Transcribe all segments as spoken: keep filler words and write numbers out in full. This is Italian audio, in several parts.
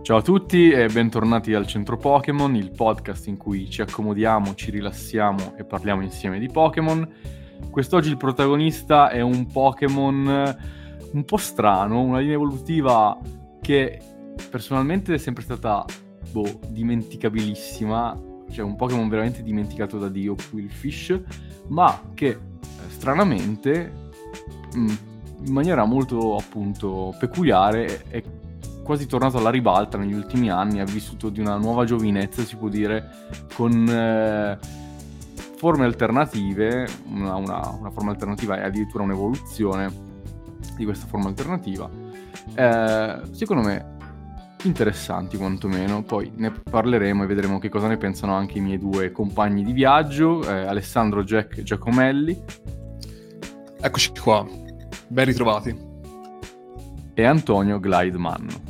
Ciao a tutti e bentornati al Centro Pokémon, il podcast in cui ci accomodiamo, ci rilassiamo e parliamo insieme di Pokémon. Quest'oggi il protagonista è un Pokémon un po' strano, una linea evolutiva che personalmente è sempre stata, boh, dimenticabilissima, cioè un Pokémon veramente dimenticato da Dio, Qwilfish, ma che stranamente, in maniera molto appunto peculiare, è quasi tornato alla ribalta negli ultimi anni, ha vissuto di una nuova giovinezza, si può dire, con eh, forme alternative, una, una, una forma alternativa e addirittura un'evoluzione di questa forma alternativa. Eh, secondo me interessanti quantomeno, poi ne parleremo e vedremo che cosa ne pensano anche i miei due compagni di viaggio, eh, Alessandro Jack Giacomelli. Eccoci qua, ben ritrovati. E Antonio Glideman.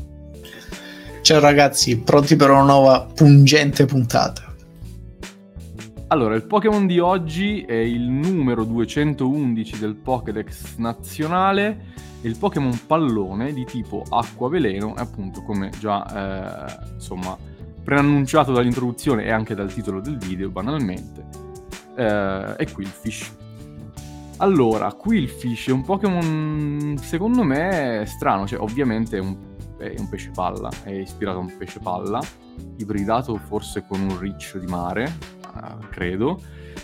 Ciao ragazzi, pronti per una nuova pungente puntata. Allora, il Pokémon di oggi è il numero duecentoundici del Pokédex nazionale, è il Pokémon pallone di tipo acqua veleno, e appunto come già eh, insomma preannunciato dall'introduzione e anche dal titolo del video banalmente, eh, è Qwilfish. Allora, Qwilfish è un Pokémon secondo me strano, cioè ovviamente è un è un pesce palla, è ispirato a un pesce palla, ibridato forse con un riccio di mare, uh, credo,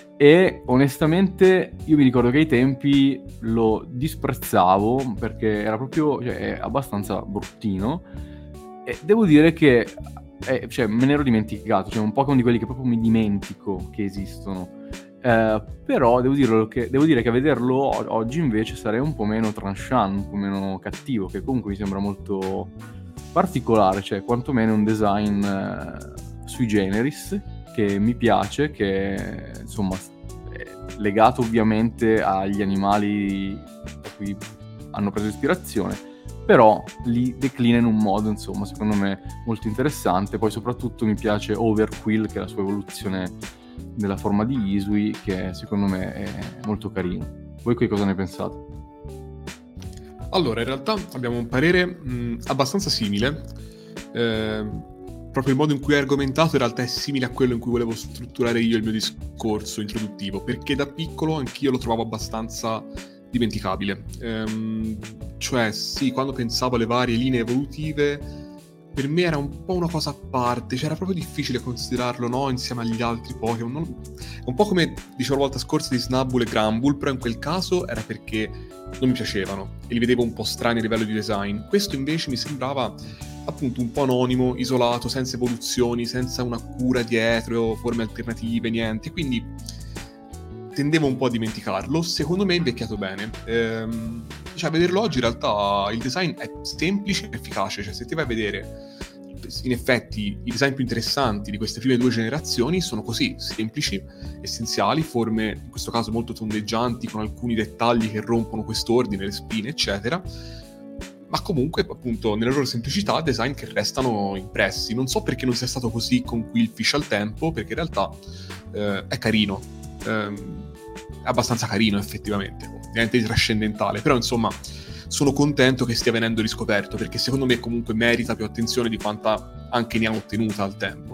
e onestamente io mi ricordo che ai tempi lo disprezzavo perché era proprio, cioè, è abbastanza bruttino, e devo dire che è, cioè, me ne ero dimenticato, cioè un Pokémon di quelli che proprio mi dimentico che esistono. Uh, però devo, dirlo che, devo dire che a vederlo o- oggi invece sarei un po' meno tranchant, un po' meno cattivo, che comunque mi sembra molto particolare, cioè quantomeno un design uh, sui generis che mi piace, che insomma è legato ovviamente agli animali da cui hanno preso ispirazione, però li declina in un modo insomma secondo me molto interessante. Poi soprattutto mi piace Overqwil, che è la sua evoluzione della forma di Hisui, che secondo me è molto carino. Voi che cosa ne pensate? Allora, in realtà abbiamo un parere mh, abbastanza simile. Eh, proprio il modo in cui hai argomentato in realtà è simile a quello in cui volevo strutturare io il mio discorso introduttivo, perché da piccolo anch'io lo trovavo abbastanza dimenticabile. Ehm, cioè, sì, quando pensavo alle varie linee evolutive, per me era un po' una cosa a parte, cioè era proprio difficile considerarlo, no, insieme agli altri Pokémon. Non... È un po' come dicevo la volta scorsa di Snubbull e Granbull, però in quel caso era perché non mi piacevano e li vedevo un po' strani a livello di design. Questo invece mi sembrava appunto un po' anonimo, isolato, senza evoluzioni, senza una cura dietro, forme alternative, niente, quindi tendevo un po' a dimenticarlo. Secondo me è invecchiato bene. Ehm, cioè, a vederlo oggi in realtà il design è semplice e efficace. Cioè, se ti vai a vedere, in effetti i design più interessanti di queste prime due generazioni sono così, semplici, essenziali, forme in questo caso molto tondeggianti, con alcuni dettagli che rompono quest'ordine, le spine, eccetera. Ma comunque, appunto, nella loro semplicità, design che restano impressi. Non so perché non sia stato così con Qwilfish al tempo, perché in realtà eh, è carino. Ehm, è abbastanza carino effettivamente, niente di trascendentale, però insomma sono contento che stia venendo riscoperto, perché secondo me comunque merita più attenzione di quanta anche ne ha ottenuta al tempo.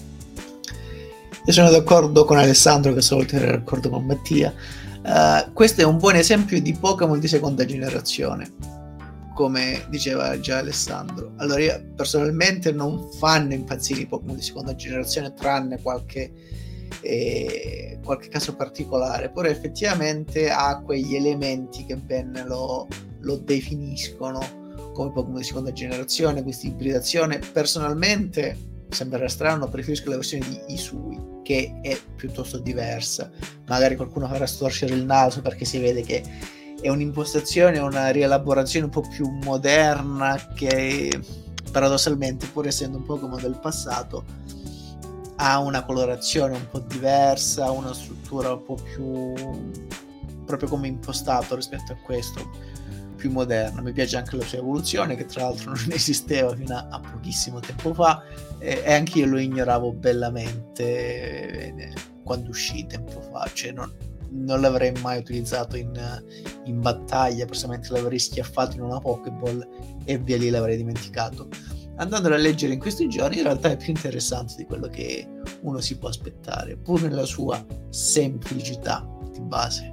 Io sono d'accordo con Alessandro, che stavolta era d'accordo con Mattia. Uh, questo è un buon esempio di Pokémon di seconda generazione, come diceva già Alessandro. Allora, io personalmente non fanno impazzire i Pokémon di seconda generazione, tranne qualche e qualche caso particolare, però effettivamente ha quegli elementi che ben lo, lo definiscono come Pokémon di seconda generazione, questa ibridazione. Personalmente, sembrerà strano, preferisco la versione di Hisui, che è piuttosto diversa. Magari qualcuno farà storcere il naso perché si vede che è un'impostazione, una rielaborazione un po' più moderna, che paradossalmente, pur essendo un Pokémon del passato, ha una colorazione un po' diversa, una struttura un po' più proprio come impostato rispetto a questo, più moderno. Mi piace anche la sua evoluzione, che tra l'altro non esisteva fino a, a pochissimo tempo fa, e, e anche io lo ignoravo bellamente eh, quando uscì tempo fa, cioè non, non l'avrei mai utilizzato in, in battaglia, personalmente l'avrei schiaffato in una Pokéball e via lì l'avrei dimenticato. andandolo a leggere in questi giorni in realtà è più interessante di quello che uno si può aspettare, pur nella sua semplicità di base.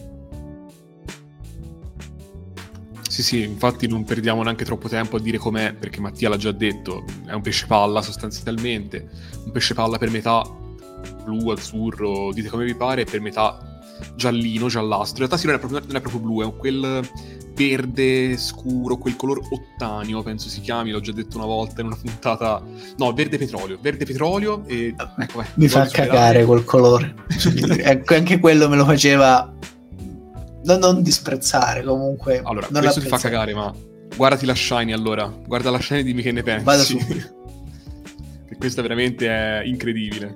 Sì, sì, infatti non perdiamo neanche troppo tempo a dire com'è, perché Mattia l'ha già detto, è un pesce palla sostanzialmente, un pesce palla per metà blu, azzurro, dite come vi pare, per metà giallino, giallastro. In realtà sì, non è proprio, non è proprio blu, è quel verde scuro, quel color ottanio, penso si chiami, l'ho già detto una volta in una puntata. No, verde petrolio, verde petrolio e... Ecco, mi fa cagare quel colore. Ecco, anche quello me lo faceva... Non, non disprezzare, comunque. Allora, non questo ti fa cagare, ma guardati la Shiny allora. Guarda la Shiny e dimmi che ne pensi. Vado su. Che questa veramente è incredibile.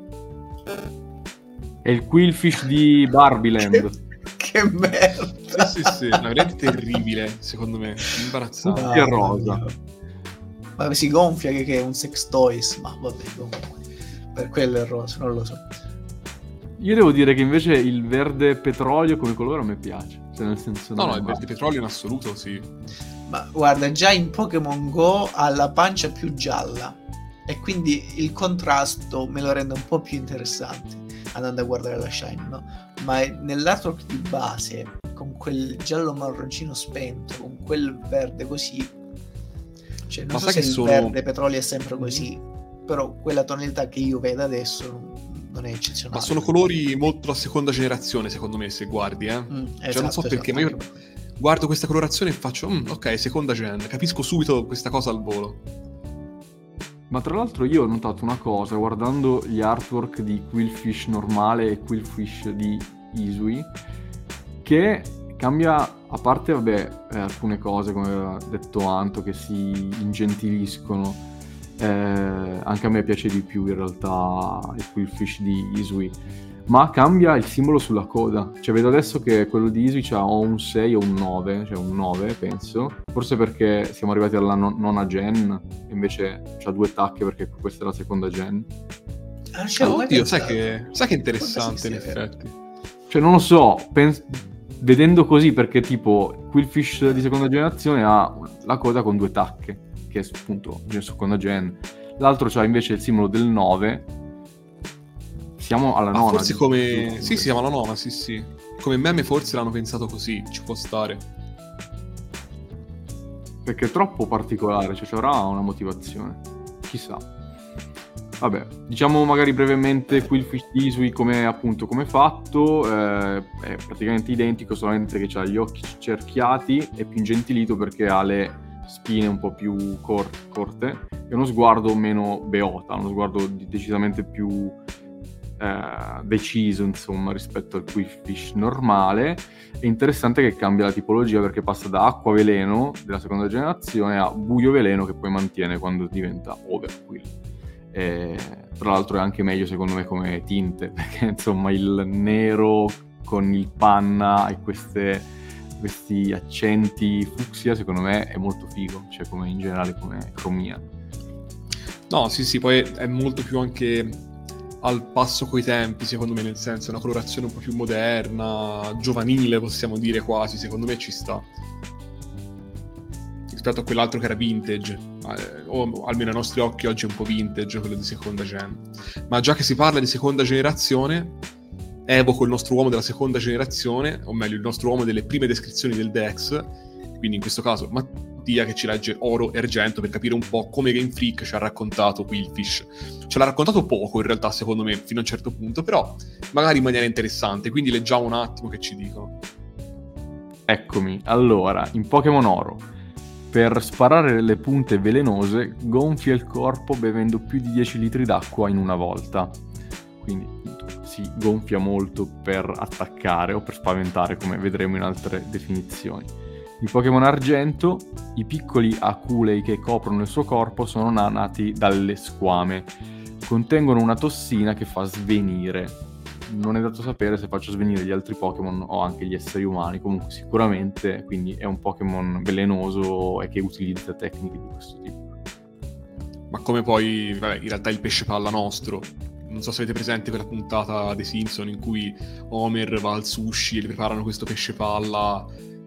È il Quillfish di Barbieland. Che, che merda. Sì, sì, sì, è veramente terribile, secondo me. Imbarazzante. Che ah, rosa. Ma si gonfia che, che è un sex toys, ma vabbè, comunque. Per quello è rosa, non lo so. Io devo dire che invece il verde petrolio come colore a me piace, cioè nel senso no no il verde petrolio in assoluto sì, ma guarda, già in Pokémon Go ha la pancia più gialla e quindi il contrasto me lo rende un po' più interessante andando a guardare la Shine, no? Ma nell'artwork di base con quel giallo marroncino spento, con quel verde così, cioè non ma so se il sono... verde petrolio è sempre così, però quella tonalità che io vedo adesso non è eccezionale. Ma sono colori molto la seconda generazione, secondo me, se guardi, eh. Mm, cioè, esatto, non so perché, esatto. Ma io guardo questa colorazione e faccio, mm, ok, seconda gen, capisco subito questa cosa al volo. Ma tra l'altro io ho notato una cosa, guardando gli artwork di Quillfish normale e Quillfish di Hisui, che cambia, a parte, vabbè, eh, alcune cose, come aveva detto Anto, che si ingentiliscono. Eh, anche a me piace di più in realtà il Quillfish di Hisui, ma cambia il simbolo sulla coda, cioè vedo adesso che quello di Hisui c'ha o un sei o un nove, cioè un nove penso, forse perché siamo arrivati alla non- nona gen e invece c'ha due tacche perché questa è la seconda gen. Ah, cioè, oh, oddio, sai che, sai che interessante in effetti, cioè non lo so, pens- vedendo così, perché tipo Quillfish di seconda generazione ha la coda con due tacche che è appunto seconda gen, l'altro c'ha invece il simbolo del nove, siamo alla ah, nona. Forse come... Sì, sì, siamo alla nona, sì, sì. Come meme forse l'hanno pensato così, ci può stare. Perché è troppo particolare, cioè ci avrà una motivazione, chissà. Vabbè, diciamo magari brevemente Quillfish di Hisui come appunto come fatto, eh, è praticamente identico, solamente che ha gli occhi cerchiati, è più ingentilito perché ha le spine un po' più cor- corte e uno sguardo meno beota, uno sguardo decisamente più eh, deciso, insomma, rispetto al Quillfish normale. È interessante che cambia la tipologia perché passa da acqua veleno della seconda generazione a buio veleno che poi mantiene quando diventa overquill. E, tra l'altro è anche meglio secondo me come tinte, perché insomma il nero con il panna e queste questi accenti fucsia secondo me è molto figo, cioè come in generale come cromia. No, sì, sì, poi è molto più anche al passo coi tempi, secondo me, nel senso è una colorazione un po' più moderna, giovanile, possiamo dire quasi, secondo me ci sta. Rispetto a quell'altro che era vintage, eh, o almeno ai nostri occhi oggi è un po' vintage quello di seconda gen. Ma già che si parla di seconda generazione, evoco il nostro uomo della seconda generazione, o meglio il nostro uomo delle prime descrizioni del Dex, quindi in questo caso Mattia che ci legge oro e argento per capire un po' come Game Freak ci ha raccontato Quillfish. Ce l'ha raccontato poco in realtà secondo me fino a un certo punto, però magari in maniera interessante, quindi leggiamo un attimo che ci dicono. Eccomi, allora, in Pokémon Oro, per sparare le punte velenose gonfia il corpo bevendo più di dieci litri d'acqua in una volta, quindi si gonfia molto per attaccare o per spaventare, come vedremo in altre definizioni. In Pokémon Argento, i piccoli aculei che coprono il suo corpo sono nati dalle squame. Contengono una tossina che fa svenire. Non è dato sapere se faccia svenire gli altri Pokémon o anche gli esseri umani, comunque sicuramente, quindi è un Pokémon velenoso e che utilizza tecniche di questo tipo. Ma come poi, vabbè, in realtà il pesce palla nostro. Non so se avete presente quella puntata dei Simpson in cui Homer va al sushi e gli preparano questo pesce palla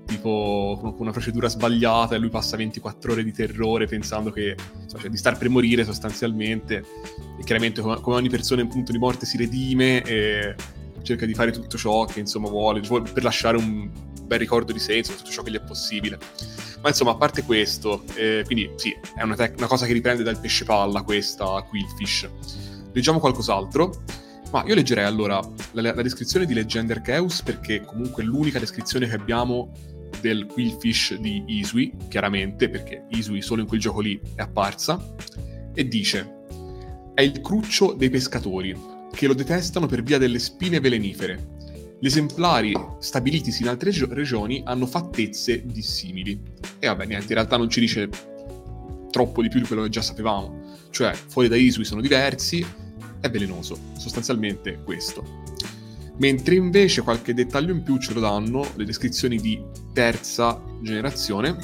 tipo con una procedura sbagliata e lui passa ventiquattro ore di terrore pensando che, cioè, di star per morire sostanzialmente, e chiaramente come, come ogni persona in punto di morte si redime e cerca di fare tutto ciò che insomma vuole per lasciare un bel ricordo di sé, insomma, tutto ciò che gli è possibile. Ma insomma, a parte questo, eh, quindi sì, è una, tec- una cosa che riprende dal pesce palla questa Qwilfish. Leggiamo qualcos'altro. Ma io leggerei allora la, la descrizione di Legend Arceus, perché comunque è l'unica descrizione che abbiamo del Qwilfish di Hisui, chiaramente, perché Hisui solo in quel gioco lì è apparsa, e dice: è il cruccio dei pescatori, che lo detestano per via delle spine velenifere. Gli esemplari stabilitisi in altre gio- regioni hanno fattezze dissimili. E vabbè, niente, in realtà non ci dice troppo di più di quello che già sapevamo. Cioè, fuori da Hisui sono diversi, è velenoso, sostanzialmente questo. Mentre invece qualche dettaglio in più ce lo danno le descrizioni di terza generazione.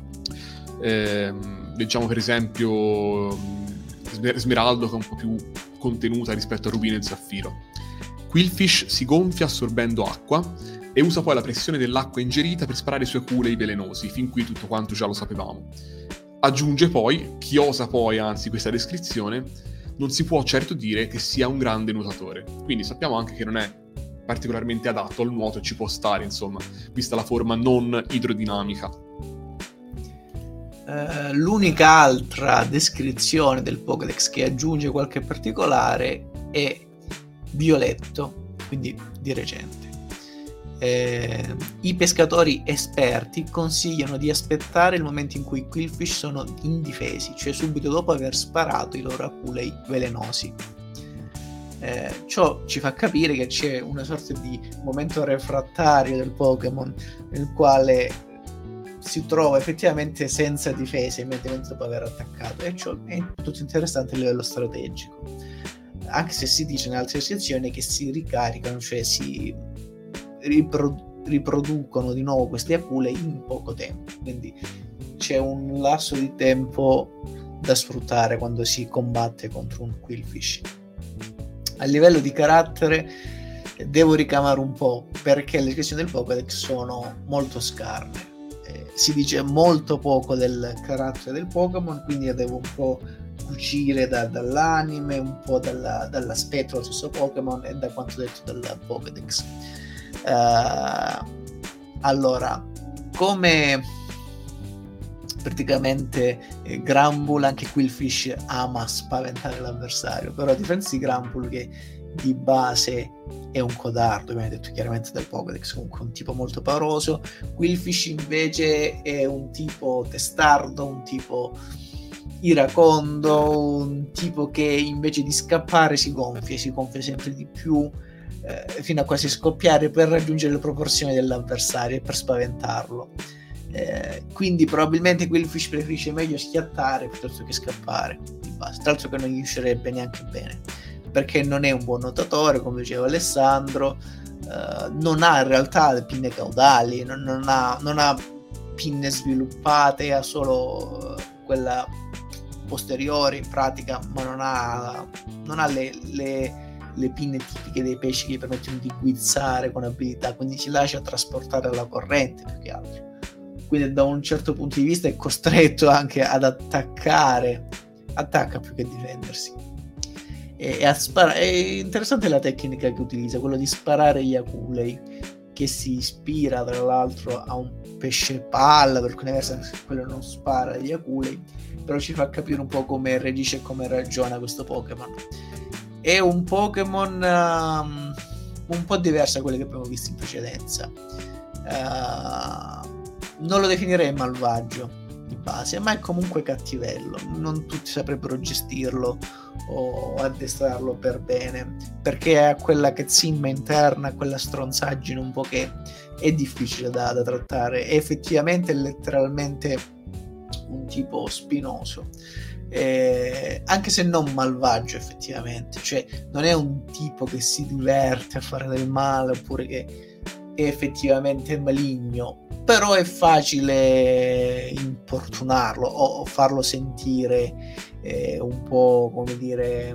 Ehm, leggiamo per esempio Smeraldo, che è un po' più contenuta rispetto a Rubino e Zaffiro. Qwilfish si gonfia assorbendo acqua e usa poi la pressione dell'acqua ingerita per sparare i suoi aculei velenosi. Fin qui tutto quanto già lo sapevamo. Aggiunge poi, chi osa poi anzi questa descrizione, non si può certo dire che sia un grande nuotatore. Quindi sappiamo anche che non è particolarmente adatto al nuoto e ci può stare, insomma, vista la forma non idrodinamica. Uh, l'unica altra descrizione del Pokédex che aggiunge qualche particolare è violetto, quindi di recente. Eh, I pescatori esperti consigliano di aspettare il momento in cui i Qwilfish sono indifesi, cioè subito dopo aver sparato i loro aculei velenosi. Eh, ciò ci fa capire che c'è una sorta di momento refrattario del Pokémon nel quale si trova effettivamente senza difesa immediatamente dopo aver attaccato, e ciò è tutto interessante a livello strategico, anche se si dice in altre sezioni che si ricaricano, cioè si ripro- riproducono di nuovo questi aculei in poco tempo, quindi c'è un lasso di tempo da sfruttare quando si combatte contro un Qwilfish. A livello di carattere devo ricamare un po', perché le descrizioni del Pokédex sono molto scarne, eh, si dice molto poco del carattere del Pokémon, quindi io devo un po' cucire da, dall'anime, un po' dalla, dall'aspetto dello stesso Pokémon e da quanto detto dal Pokédex. Uh, allora, come praticamente eh, Granbull, anche Qwilfish ama spaventare l'avversario, però a differenza di Granbull, che di base è un codardo, come detto chiaramente dal Pokédex, comunque un tipo molto pauroso, Qwilfish invece è un tipo testardo, un tipo iracondo, un tipo che invece di scappare si gonfia, si gonfia sempre di più, eh, fino a quasi scoppiare per raggiungere le proporzioni dell'avversario e per spaventarlo. Eh, quindi probabilmente Qwilfish preferisce meglio schiattare piuttosto che scappare di base, tra l'altro che non gli uscirebbe neanche bene, perché non è un buon nuotatore, come diceva Alessandro, eh, non ha in realtà le pinne caudali, non, non, ha, non ha pinne sviluppate, ha solo quella posteriore in pratica, ma non ha, non ha le, le, le pinne tipiche dei pesci che gli permettono di guizzare con abilità, quindi si lascia trasportare alla corrente più che altro. Quindi da un certo punto di vista è costretto anche ad attaccare, attacca più che difendersi. E, e a spara- è interessante la tecnica che utilizza, quello di sparare gli aculei, che si ispira tra l'altro a un pesce palla, per alcune versi quello non spara gli aculei, però ci fa capire un po' come reagisce e come ragiona questo Pokémon. È un Pokémon um, un po' diverso da quelli che abbiamo visto in precedenza. Uh, non lo definirei malvagio di base, ma è comunque cattivello. Non tutti saprebbero gestirlo o addestrarlo per bene, perché ha quella cazzimma interna, quella stronzaggine un po' che è difficile da, da trattare. È effettivamente letteralmente un tipo spinoso, eh, anche se non malvagio effettivamente, cioè non è un tipo che si diverte a fare del male oppure che è effettivamente maligno, però è facile importunarlo o farlo sentire eh, un po', come dire,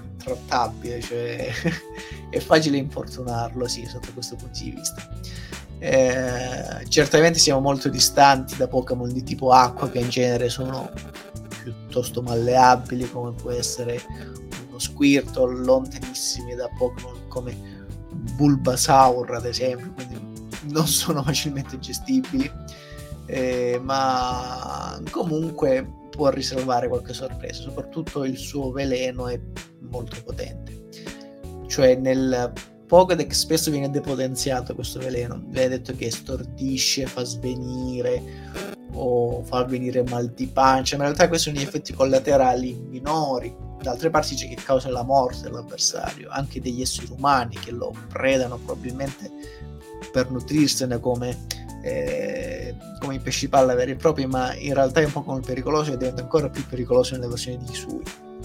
trattabile, cioè è facile importunarlo, sì, sotto questo punto di vista. Eh, certamente siamo molto distanti da Pokémon di tipo acqua, che in genere sono piuttosto malleabili, come può essere uno Squirtle, lontanissimi da Pokémon come Bulbasaur ad esempio, quindi non sono facilmente gestibili, eh, ma comunque può riservare qualche sorpresa. Soprattutto il suo veleno è molto potente, cioè nel Pokédex spesso viene depotenziato questo veleno, viene detto che stordisce, fa svenire o fa venire mal di pancia, ma in realtà questi sono gli effetti collaterali minori. Da altre parti c'è che causa la morte dell'avversario, anche degli esseri umani che lo predano probabilmente per nutrirsene come, eh, come i pesci palla veri e propri, ma in realtà è un po' come il pericoloso e diventa ancora più pericoloso nelle versioni di Hisui.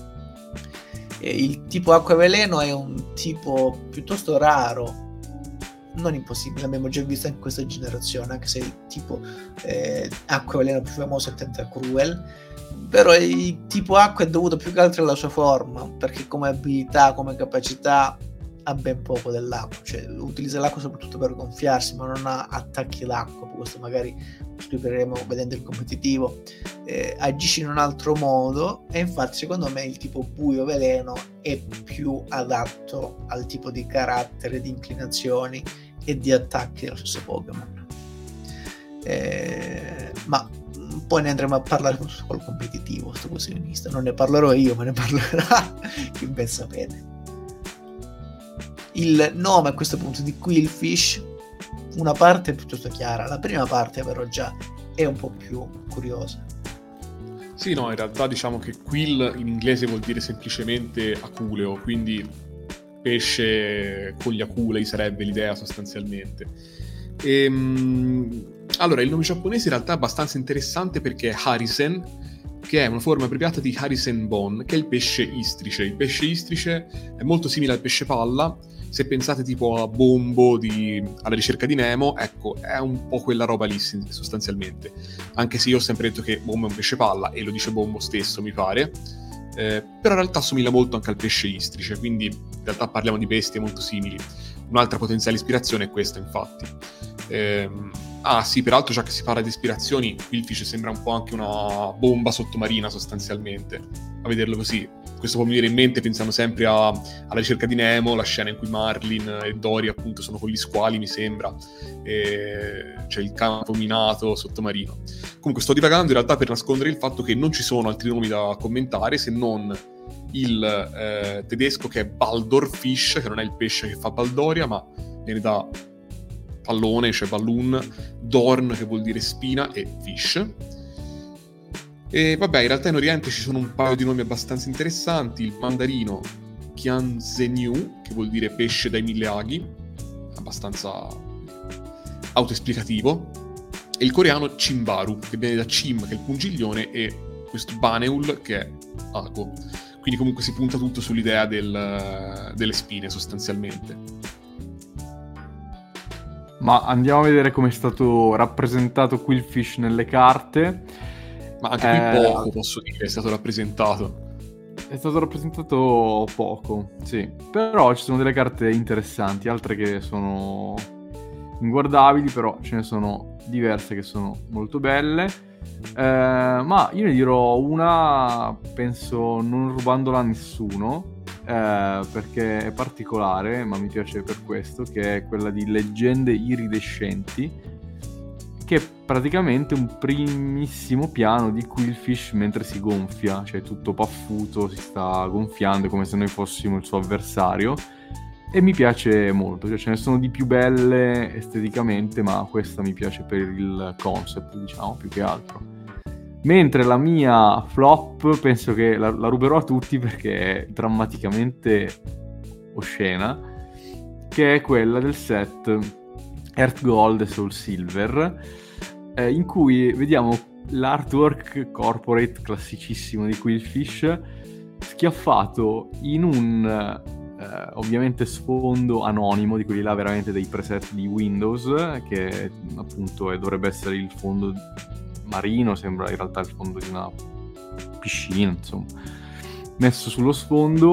Il tipo acqua veleno è un tipo piuttosto raro, non impossibile, l'abbiamo già visto in questa generazione, anche se il tipo eh, acqua veleno più famoso è Tentacruel, però il tipo acqua è dovuto più che altro alla sua forma, perché come abilità, come capacità ha ben poco dell'acqua, cioè utilizza l'acqua soprattutto per gonfiarsi, ma non ha attacchi d'acqua. Questo magari lo scopriremo vedendo il competitivo. Eh, agisce in un altro modo, e infatti secondo me il tipo buio veleno è più adatto al tipo di carattere, di inclinazioni e di attacchi dello stesso Pokémon. Eh, ma poi ne andremo a parlare col competitivo, questo punto di vista non ne parlerò io, ma ne parlerà chi ben sapete. Il nome a questo punto di Qwilfish, una parte è piuttosto chiara, la prima parte però già è un po' più curiosa. Sì, no, in realtà diciamo che Quill in inglese vuol dire semplicemente aculeo, quindi pesce con gli aculei sarebbe l'idea sostanzialmente. Ehm, allora, il nome giapponese in realtà è abbastanza interessante perché è Harisen, che è una forma abbreviata di Harisenbon, che è il pesce istrice. Il pesce istrice è molto simile al pesce palla. Se pensate tipo a Bombo di Alla ricerca di Nemo, ecco, è un po' quella roba lì sostanzialmente. Anche se io ho sempre detto che Bombo è un pesce palla, e lo dice Bombo stesso, mi pare. Eh, però in realtà assomiglia molto anche al pesce istrice, quindi in realtà parliamo di bestie molto simili. Un'altra potenziale ispirazione è questa, infatti. Eh, ah sì, peraltro, già che si parla di ispirazioni, Qwilfish sembra un po' anche una bomba sottomarina sostanzialmente, a vederlo così. Questo può venire in mente pensando sempre a, alla ricerca di Nemo, la scena in cui Marlin e Dory appunto sono con gli squali, mi sembra, e c'è il campo minato sottomarino. Comunque sto divagando in realtà per nascondere il fatto che non ci sono altri nomi da commentare se non il eh, tedesco, che è Baldorfish, che non è il pesce che fa Baldoria, ma viene da pallone, cioè balloon, Dorn che vuol dire spina, e fish. E vabbè, in realtà in Oriente ci sono un paio di nomi abbastanza interessanti: il mandarino Qianzhenyu, che vuol dire pesce dai mille aghi, abbastanza autoesplicativo, e il coreano Chimbaru, che viene da Chim, che è il pungiglione, e questo Baneul, che è ago. Quindi comunque si punta tutto sull'idea del, delle spine sostanzialmente. Ma andiamo a vedere come è stato rappresentato Qwilfish nelle carte. Ma anche qui eh, poco, posso dire, è stato rappresentato. È stato rappresentato poco, sì. Però ci sono delle carte interessanti, altre che sono inguardabili, però ce ne sono diverse che sono molto belle. Eh, ma io ne dirò una, penso non rubandola a nessuno, eh, perché è particolare, ma mi piace per questo, che è quella di Leggende iridescenti, che è praticamente un primissimo piano di Qwilfish mentre si gonfia, cioè tutto paffuto, si sta gonfiando come se noi fossimo il suo avversario, e mi piace molto, cioè ce ne sono di più belle esteticamente, ma questa mi piace per il concept, diciamo, più che altro. Mentre la mia flop penso che la, la ruberò a tutti perché è drammaticamente oscena, che è quella del set Earth Gold e Soul Silver, eh, in cui vediamo l'artwork corporate classicissimo di Qwilfish schiaffato in un eh, ovviamente sfondo anonimo, di quelli là veramente dei preset di Windows, che appunto è, dovrebbe essere il fondo marino, sembra in realtà il fondo di una piscina, insomma, messo sullo sfondo,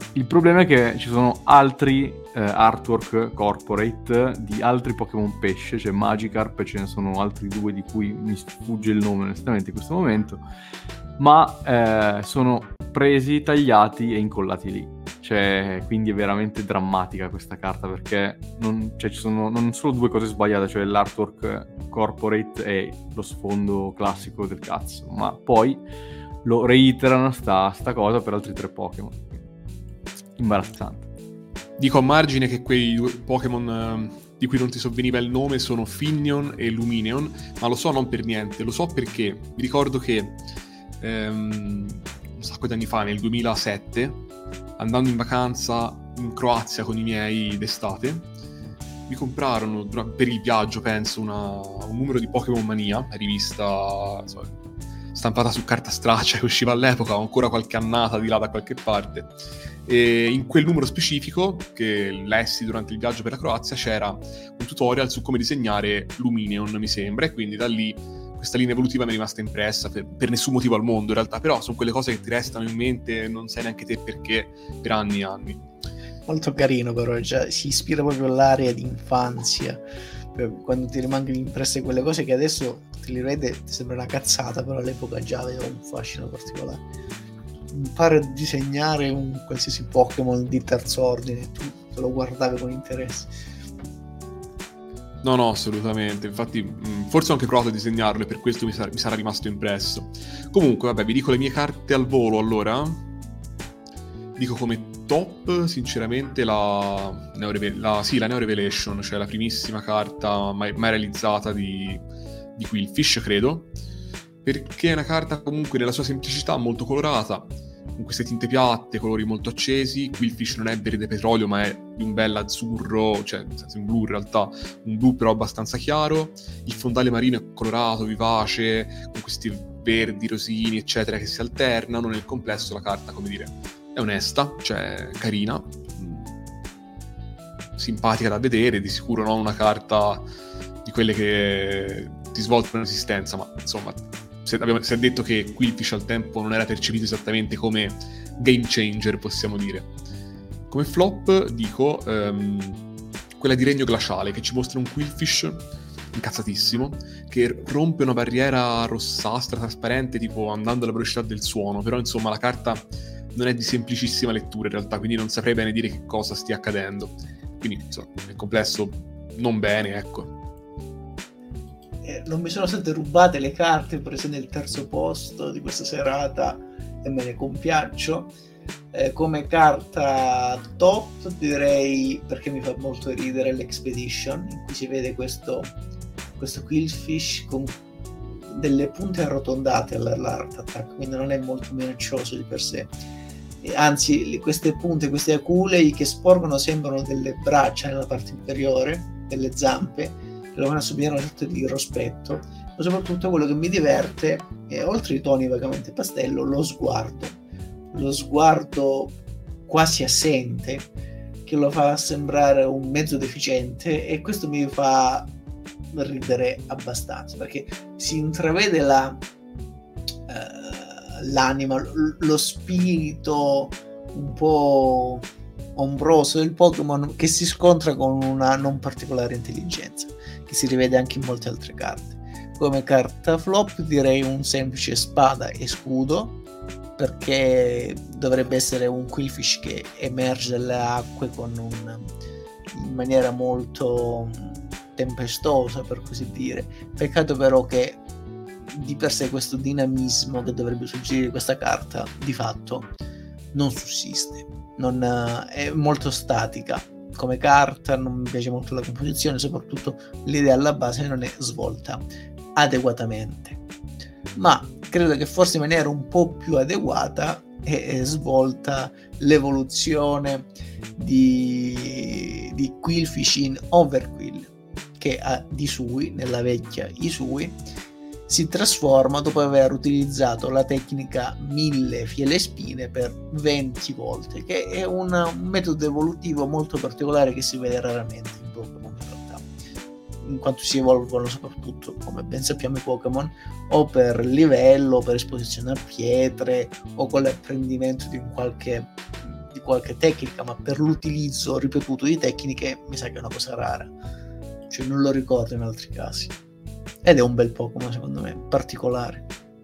Il problema è che ci sono altri eh, artwork corporate di altri Pokémon pesce, c'è Magikarp e ce ne sono altri due di cui mi sfugge il nome onestamente in questo momento, ma eh, sono presi, tagliati e incollati lì. Cioè, quindi è veramente drammatica questa carta, perché non, cioè, ci sono non solo due cose sbagliate, cioè l'artwork corporate e lo sfondo classico del cazzo, ma poi lo reiterano sta, sta cosa per altri tre Pokémon. Imbarazzante. Dico a margine che quei due Pokémon eh, di cui non ti sovveniva il nome sono Finneon e Lumineon, ma lo so non per niente, lo so perché mi ricordo che ehm, un sacco di anni fa, nel duemilasette, andando in vacanza in Croazia con i miei d'estate, mi comprarono per il viaggio, penso, una, un numero di Pokémon Mania, rivista insomma, stampata su carta straccia che usciva all'epoca, ho ancora qualche annata di là da qualche parte. E in quel numero specifico, che lessi durante il viaggio per la Croazia, c'era un tutorial su come disegnare Lumineon, mi sembra, e quindi da lì questa linea evolutiva mi è rimasta impressa per, per nessun motivo al mondo in realtà, però sono quelle cose che ti restano in mente, non sai neanche te perché, per anni e anni. Molto carino però, già, si ispira proprio all'area di infanzia, quando ti rimangono impresse quelle cose che adesso te li vede ti sembra una cazzata, però all'epoca già aveva un fascino particolare. Imparare a disegnare un qualsiasi Pokémon di terzo ordine, tu te lo guardavi con interesse. No, no, assolutamente. Infatti, forse ho anche provato a disegnarlo e per questo mi, sar- mi sarà rimasto impresso. Comunque, vabbè, vi dico le mie carte al volo, allora. Dico come top, sinceramente, la Neo, Reve- la, sì, la Neo Revelation, cioè la primissima carta mai, mai realizzata di, di Qwilfish, credo. Perché è una carta comunque nella sua semplicità molto colorata, con queste tinte piatte, colori molto accesi. Qwilfish non è verde petrolio, ma è di un bel azzurro, cioè nel senso un blu in realtà, un blu però abbastanza chiaro. Il fondale marino è colorato, vivace, con questi verdi, rosini, eccetera, che si alternano. Nel complesso la carta, come dire, è onesta, cioè carina, simpatica da vedere, di sicuro non una carta di quelle che ti svoltano l'esistenza, ma insomma... Si è detto che Qwilfish al tempo non era percepito esattamente come game changer, possiamo dire. Come flop dico um, quella di Regno Glaciale, che ci mostra un Qwilfish incazzatissimo che rompe una barriera rossastra trasparente tipo andando alla velocità del suono, però insomma la carta non è di semplicissima lettura in realtà, quindi non saprei bene dire che cosa stia accadendo, quindi insomma nel complesso non bene, ecco. Non mi sono state rubate le carte prese nel terzo posto di questa serata e me ne compiaccio. Eh, come carta top direi, perché mi fa molto ridere, l'Expedition, in cui si vede questo, questo Qwilfish con delle punte arrotondate all'art attack, quindi non è molto minaccioso di per sé. E anzi, queste punte, queste aculei che sporgono sembrano delle braccia nella parte inferiore, delle zampe, che lo vanno a subire una sorta di rospetto, ma soprattutto quello che mi diverte è, oltre i toni vagamente pastello, lo sguardo lo sguardo quasi assente che lo fa sembrare un mezzo deficiente, e questo mi fa ridere abbastanza perché si intravede la uh, l'anima, l- lo spirito un po' ombroso del Pokémon che si scontra con una non particolare intelligenza, che si rivede anche in molte altre carte. Come carta flop direi un semplice spada e scudo, perché dovrebbe essere un Qwilfish che emerge dalle acque con un, in maniera molto tempestosa, per così dire. Peccato però che di per sé questo dinamismo che dovrebbe suggerire questa carta di fatto non sussiste, non, è molto statica come carta, non mi piace molto la composizione, soprattutto l'idea alla base non è svolta adeguatamente, ma credo che forse in maniera un po' più adeguata è svolta l'evoluzione di, di Qwilfish in Overqwil, che ha Isui, nella vecchia Isui, si trasforma dopo aver utilizzato la tecnica mille fiele spine per venti volte, che è un, un metodo evolutivo molto particolare che si vede raramente in Pokémon in realtà, in quanto si evolvono soprattutto, come ben sappiamo, i Pokémon o per livello, per esposizione a pietre o con l'apprendimento di un qualche, di di qualche tecnica, ma per l'utilizzo ripetuto di tecniche mi sa che è una cosa rara, cioè non lo ricordo in altri casi, ed è un bel Pokémon secondo me, particolare.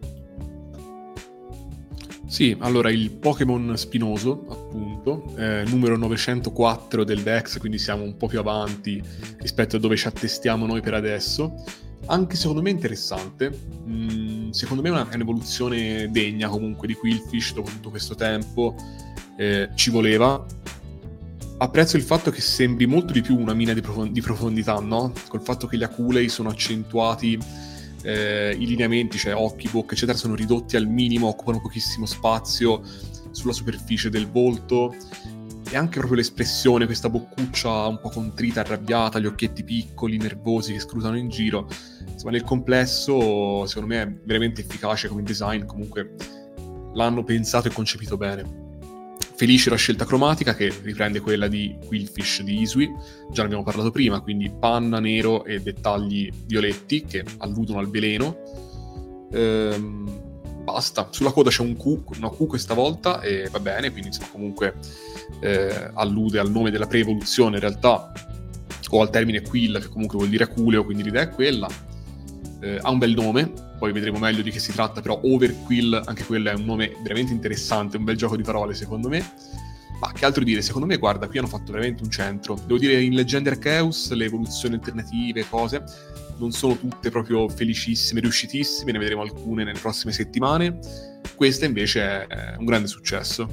Sì, allora il Pokémon spinoso, appunto, eh, numero novecentoquattro del Dex, quindi siamo un po' più avanti rispetto a dove ci attestiamo noi per adesso. Anche secondo me interessante, mm, secondo me è, una, è un'evoluzione degna comunque di Qwilfish dopo tutto questo tempo, eh, ci voleva. Apprezzo il fatto che sembri molto di più una mina di, profond- di profondità, no? Col fatto che gli aculei sono accentuati, eh, i lineamenti, cioè occhi, bocca, eccetera, sono ridotti al minimo, occupano pochissimo spazio sulla superficie del volto, e anche proprio l'espressione, questa boccuccia un po' contrita, arrabbiata, gli occhietti piccoli, nervosi che scrutano in giro. Insomma, nel complesso, secondo me è veramente efficace come design, comunque l'hanno pensato e concepito bene. Felice la scelta cromatica, che riprende quella di Qwilfish di Isui, già ne abbiamo parlato prima, quindi panna nero e dettagli violetti che alludono al veleno. Ehm, basta, sulla coda c'è un Q, una Q questa volta, e va bene, quindi insomma comunque eh, allude al nome della pre-evoluzione in realtà, o al termine Quill, che comunque vuol dire aculeo, quindi l'idea è quella. Eh, ha un bel nome, poi vedremo meglio di che si tratta, però Overquill, anche quello è un nome veramente interessante, un bel gioco di parole secondo me. Ma che altro dire, secondo me, guarda, qui hanno fatto veramente un centro. Devo dire, in Legend Arceus le evoluzioni alternative, cose, non sono tutte proprio felicissime, riuscitissime, ne vedremo alcune nelle prossime settimane. Questa invece è un grande successo.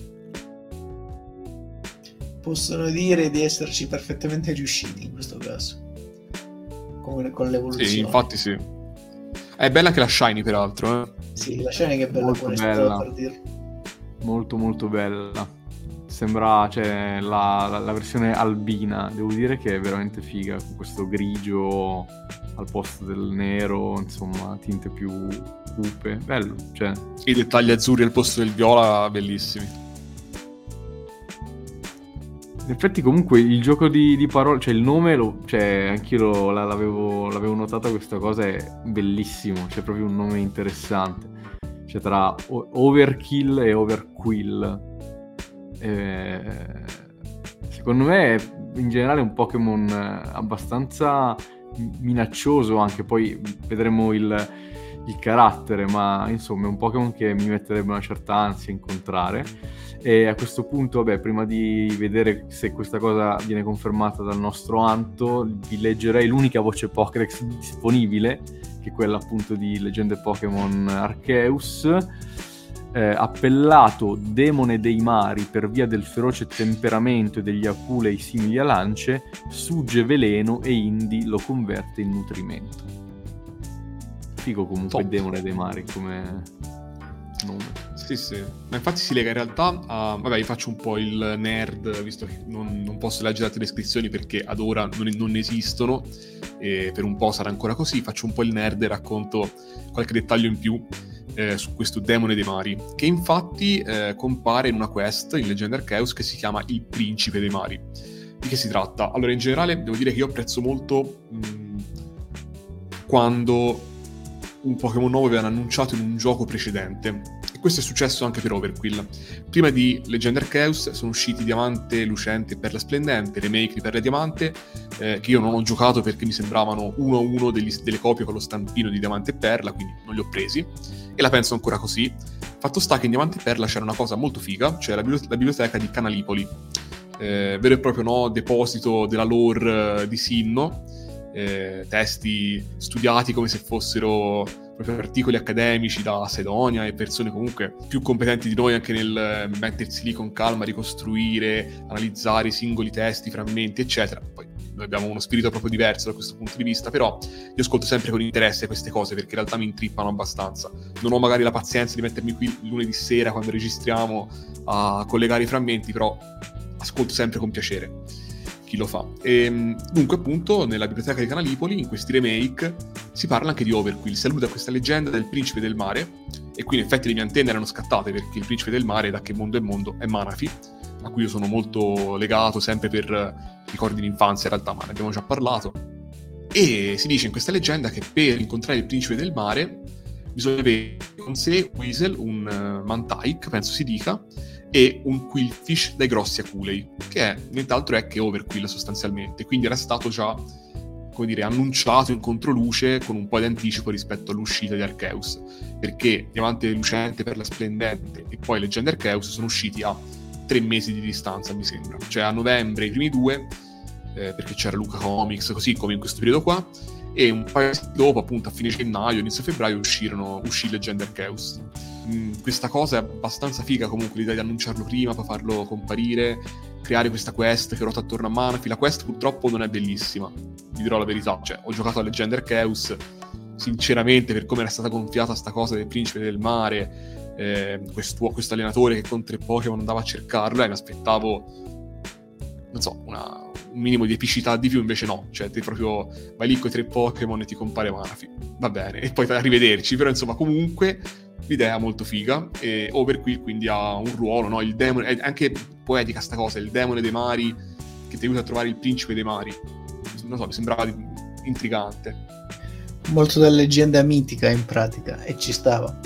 Possono dire di esserci perfettamente riusciti in questo caso, con, con l'evoluzione. Sì, infatti sì. È bella anche la Shiny, peraltro, eh? Sì, la Shiny che è bella, molto bella, per dirlo. Molto molto bella. Sembra, cioè, la, la, la versione albina, devo dire che è veramente figa, con questo grigio al posto del nero, insomma, tinte più cupe, bello, cioè. I dettagli azzurri al posto del viola, bellissimi. In effetti comunque il gioco di, di parole, cioè il nome, lo, cioè anch'io lo, l'avevo, l'avevo notata questa cosa, è bellissimo, c'è proprio un nome interessante, cioè tra Overkill e Overquill. Eh, secondo me in generale è un Pokémon abbastanza minaccioso, anche poi vedremo il, il carattere, ma insomma è un Pokémon che mi metterebbe una certa ansia a incontrare. E a questo punto, vabbè, prima di vedere se questa cosa viene confermata dal nostro Anto, vi leggerei l'unica voce Pokédex disponibile, che è quella appunto di Leggende Pokémon Arceus. Eh, appellato demone dei mari per via del feroce temperamento e degli aculei simili a lance, sugge veleno e Indy lo converte in nutrimento. Figo comunque, Top. Demone dei mari come nome. Sì, sì, ma infatti si lega in realtà a... Vabbè, io faccio un po' il nerd, visto che non, non posso leggere altre descrizioni perché ad ora non, non esistono, e per un po' sarà ancora così. Faccio un po' il nerd e racconto qualche dettaglio in più eh, su questo demone dei mari, che infatti eh, compare in una quest in Legend Arceus che si chiama il Principe dei Mari. Di che si tratta? Allora, in generale, devo dire che io apprezzo molto mh, quando un Pokémon nuovo viene annunciato in un gioco precedente. E questo è successo anche per Overquill. Prima di Legend Arceus sono usciti Diamante Lucente e Perla Splendente, remake di Perla Diamante, eh, che io non ho giocato perché mi sembravano uno a uno degli, delle copie con lo stampino di Diamante e Perla, quindi non li ho presi, e la penso ancora così. Fatto sta che in Diamante e Perla c'era una cosa molto figa, cioè la, bibli- la biblioteca di Canalipoli, eh, vero e proprio no, deposito della lore eh, di Sinnoh, eh, testi studiati come se fossero proprio articoli accademici da Sedonia e persone comunque più competenti di noi anche nel mettersi lì con calma, ricostruire, analizzare i singoli testi, frammenti, eccetera. Poi noi abbiamo uno spirito proprio diverso da questo punto di vista, però io ascolto sempre con interesse queste cose perché in realtà mi intrippano abbastanza. Non ho magari la pazienza di mettermi qui lunedì sera quando registriamo a collegare i frammenti, però ascolto sempre con piacere chi lo fa. E, dunque appunto nella biblioteca di Canalipoli in questi remake si parla anche di Overquill, si allude a questa leggenda del principe del mare, e qui in effetti le mie antenne erano scattate perché il principe del mare, da che mondo è mondo, è Manaphy, a cui io sono molto legato sempre per ricordi di infanzia in realtà, ma ne abbiamo già parlato. E si dice in questa leggenda che per incontrare il principe del mare bisogna avere con sé Weasel, un uh, Mantike, penso si dica, e un Qwilfish dai grossi aculei, che è nient'altro è che Overqwil sostanzialmente, quindi era stato già, come dire, annunciato in controluce con un po' di anticipo rispetto all'uscita di Arceus, perché Diamante Lucente, Perla Splendente e poi Leggenda Arceus sono usciti a tre mesi di distanza, mi sembra, cioè a novembre i primi due, eh, perché c'era Luca Comics, così come in questo periodo qua, e un paio dopo, appunto a fine gennaio, inizio febbraio, uscirono, uscì Leggenda Arceus. Mm, questa cosa è abbastanza figa comunque, l'idea di annunciarlo prima, poi farlo comparire, creare questa quest che ruota attorno a Manaphy. La quest purtroppo non è bellissima, vi dirò la verità, cioè ho giocato a Leggenda Arceus, sinceramente per come era stata gonfiata sta cosa del principe del mare, eh, questo, questo allenatore che con tre Pokémon andava a cercarlo, eh, mi aspettavo, non so, una, un minimo di epicità di più, invece no, cioè ti proprio vai lì con i tre Pokémon e ti compare Manaphy, va bene, e poi arrivederci, però insomma comunque l'idea è molto figa, e Overqwil quindi ha un ruolo, no? Il demone, è anche poetica sta cosa, il demone dei mari che ti aiuta a trovare il principe dei mari, non so, mi sembrava intrigante. Molto da leggenda mitica in pratica, e ci stava.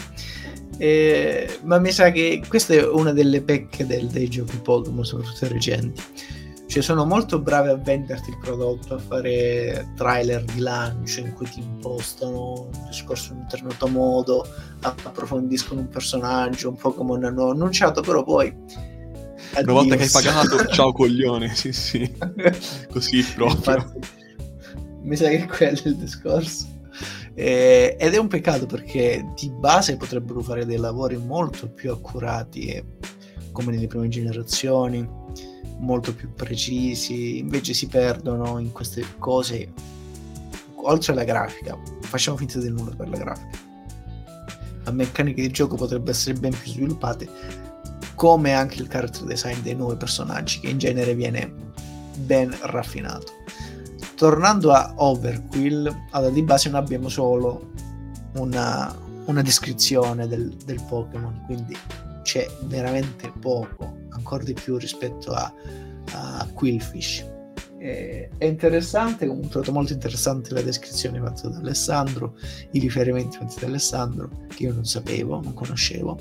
Eh, ma mi sa che questa è una delle pecche del, dei giochi Pokémon, soprattutto recenti. Cioè sono molto bravi a venderti il prodotto, a fare trailer di lancio in cui ti impostano un discorso in un determinato modo, approfondiscono un personaggio, un Pokémon hanno annunciato, però poi addios. Una volta che hai pagato, ciao coglione, sì sì, così proprio. Infatti, mi sa che quello è il discorso. Eh, ed è un peccato, perché di base potrebbero fare dei lavori molto più accurati, e, come nelle prime generazioni, molto più precisi, invece si perdono in queste cose. Oltre alla grafica, facciamo finta del nulla per la grafica, la meccanica di gioco potrebbe essere ben più sviluppate, come anche il character design dei nuovi personaggi, che in genere viene ben raffinato. Tornando a Overqwil, allora di base noi abbiamo solo una, una descrizione del, del Pokémon, quindi c'è veramente poco, ancora di più rispetto a, a Qwilfish. E, è interessante, comunque ho trovato molto interessante la descrizione fatta da Alessandro, i riferimenti fatti da Alessandro, che io non sapevo, non conoscevo.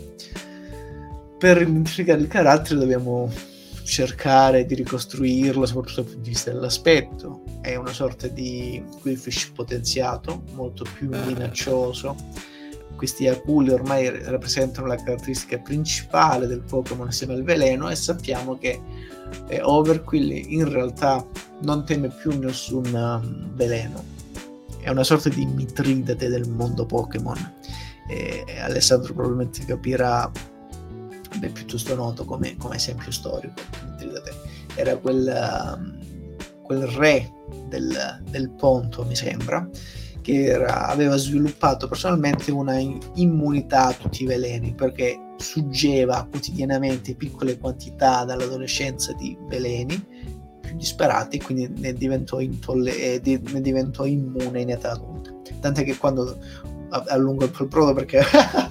Per identificare il carattere dobbiamo cercare di ricostruirlo, soprattutto dal punto di vista dell'aspetto. È una sorta di Qwilfish potenziato, molto più minaccioso. Questi aculi ormai rappresentano la caratteristica principale del Pokémon assieme al veleno, e sappiamo che eh, Overqwil in realtà non teme più nessun um, veleno, è una sorta di Mitridate del mondo Pokémon. E Alessandro probabilmente capirà, è piuttosto noto come, come esempio storico. Mitridate era quel, um, quel re del, del Ponto, mi sembra, che era, aveva sviluppato personalmente una immunità a tutti i veleni, perché suggeva quotidianamente piccole quantità dall'adolescenza di veleni più disperati, e quindi ne diventò, intolle- ne diventò immune in età adulta. Tant'è che quando allungo il prodo perché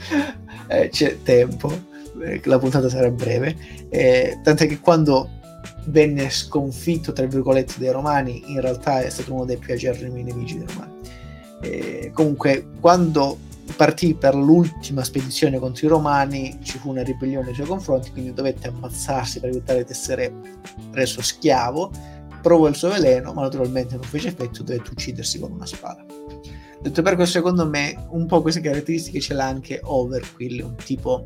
c'è tempo, la puntata sarà breve, eh, tant'è che quando venne sconfitto tra virgolette dai Romani, in realtà è stato uno dei più acerrimi nemici dei Romani. Eh, comunque quando partì per l'ultima spedizione contro i Romani ci fu una ribellione nei suoi confronti, quindi dovette ammazzarsi per evitare di essere reso schiavo. Provò il suo veleno, ma naturalmente non fece effetto, dovette uccidersi con una spada. Detto per questo, secondo me un po' queste caratteristiche ce l'ha anche Overqwil, un tipo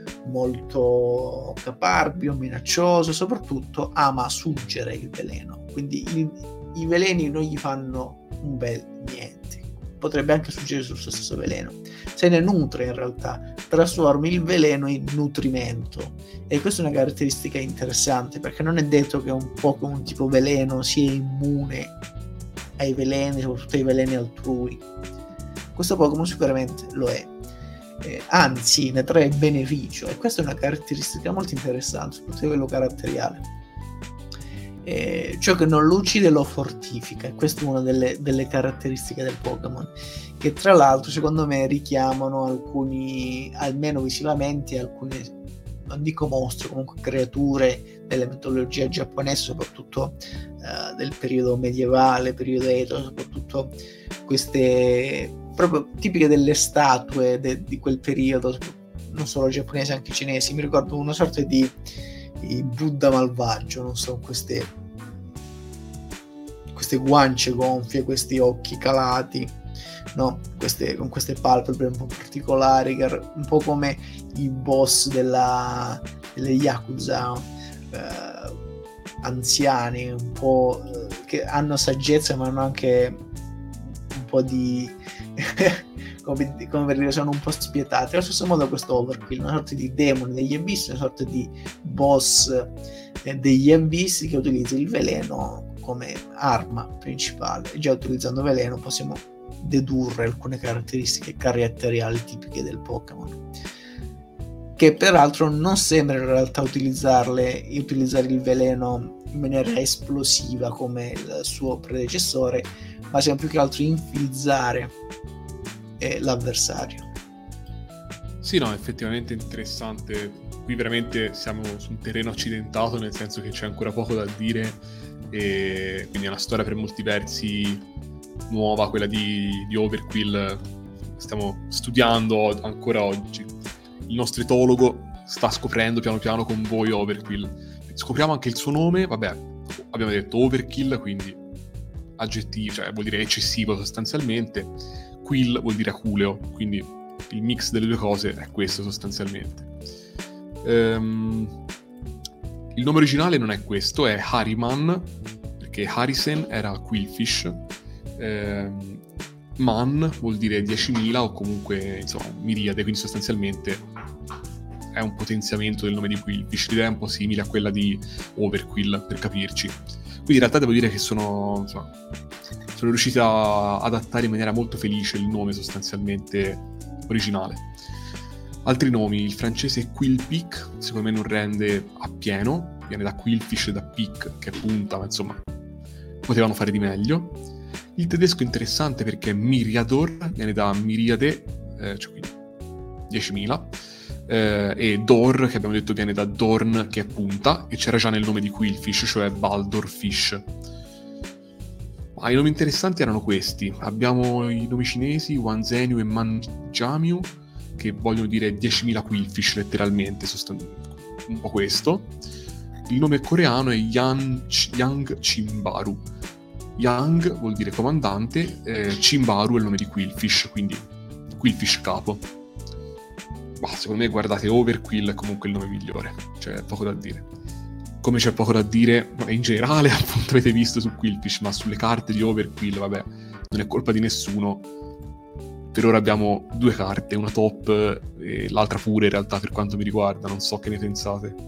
molto caparbio, minaccioso, soprattutto ama suggere il veleno, quindi il, i veleni non gli fanno un bel niente. Potrebbe anche suggerire sul suo stesso veleno, se ne nutre, in realtà trasformi il veleno in nutrimento, e questa è una caratteristica interessante, perché non è detto che un Pokémon tipo veleno sia immune ai veleni, soprattutto ai veleni altrui. Questo Pokémon sicuramente lo è, eh, anzi ne trae beneficio, e questa è una caratteristica molto interessante, soprattutto a livello caratteriale. Eh, ciò che non lo uccide lo fortifica, e questa è una delle, delle caratteristiche del Pokémon, che tra l'altro secondo me richiamano alcuni, almeno visivamente, alcune, non dico mostri, comunque creature della mitologia giapponese, soprattutto uh, del periodo medievale, periodo Edo, soprattutto queste proprio tipiche delle statue de, di quel periodo, non solo giapponesi, anche cinesi. Mi ricordo una sorta di, di Buddha malvagio, non so, queste, queste guance gonfie, questi occhi calati, no? Queste, con queste palpebre un po' particolari, che un po' come i boss della, delle Yakuza, eh, anziani, un po' eh, che hanno saggezza ma hanno anche un po' di come, come per dire, sono un po' spietati. Allo stesso modo questo Overkill, una sorta di demone degli abissi, una sorta di boss eh, degli abissi che utilizza il veleno come arma principale. E già utilizzando veleno possiamo dedurre alcune caratteristiche caratteriali tipiche del Pokémon, che peraltro non sembra in realtà utilizzarle utilizzare il veleno in maniera esplosiva come il suo predecessore, ma sembra più che altro infilzare eh, l'avversario. Sì, no, effettivamente interessante. Qui veramente siamo su un terreno accidentato, nel senso che c'è ancora poco da dire, e quindi è una storia per molti versi nuova, quella di, di Overkill. Stiamo studiando ancora oggi. Il nostro etologo sta scoprendo piano piano con voi Overkill. Scopriamo anche il suo nome, vabbè, abbiamo detto Overkill, quindi aggettivo, cioè vuol dire eccessivo sostanzialmente. Quill vuol dire aculeo, quindi il mix delle due cose è questo sostanzialmente. Um, il nome originale non è questo, è Harryman, perché Harrison era Quillfish. Um, Man vuol dire diecimila o comunque insomma miriade, quindi sostanzialmente è un potenziamento del nome di Quillfish. L'idea è un po' simile a quella di Overkill, per capirci. Quindi in realtà devo dire che sono, insomma, sono riusciti a adattare in maniera molto felice il nome sostanzialmente originale. Altri nomi, il francese è Quillpick, secondo me non rende appieno, viene da Quillfish e da pick, che è punta, ma insomma potevano fare di meglio. Il tedesco è interessante perché Myriador viene da miriade, eh, cioè quindi diecimila, eh, e Dor, che abbiamo detto, viene da Dorn, che è punta, e c'era già nel nome di Quillfish, cioè Baldor Fish. Ma i nomi interessanti erano questi. Abbiamo i nomi cinesi, Wanzeniu e Manjamiu, che vogliono dire diecimila Quillfish letteralmente, sostan- un po' questo. Il nome coreano è Yang, Yang Chimbaru. Yang vuol dire comandante, eh, Chimbaru è il nome di Quillfish, quindi Quillfish capo. Ma secondo me, guardate, Overkill è comunque il nome migliore, c'è poco da dire. Come c'è poco da dire in generale, appunto, avete visto su Quillfish, ma sulle carte di Overkill, vabbè, non è colpa di nessuno. Per ora abbiamo due carte, una top e l'altra pure in realtà, per quanto mi riguarda, non so che ne pensate.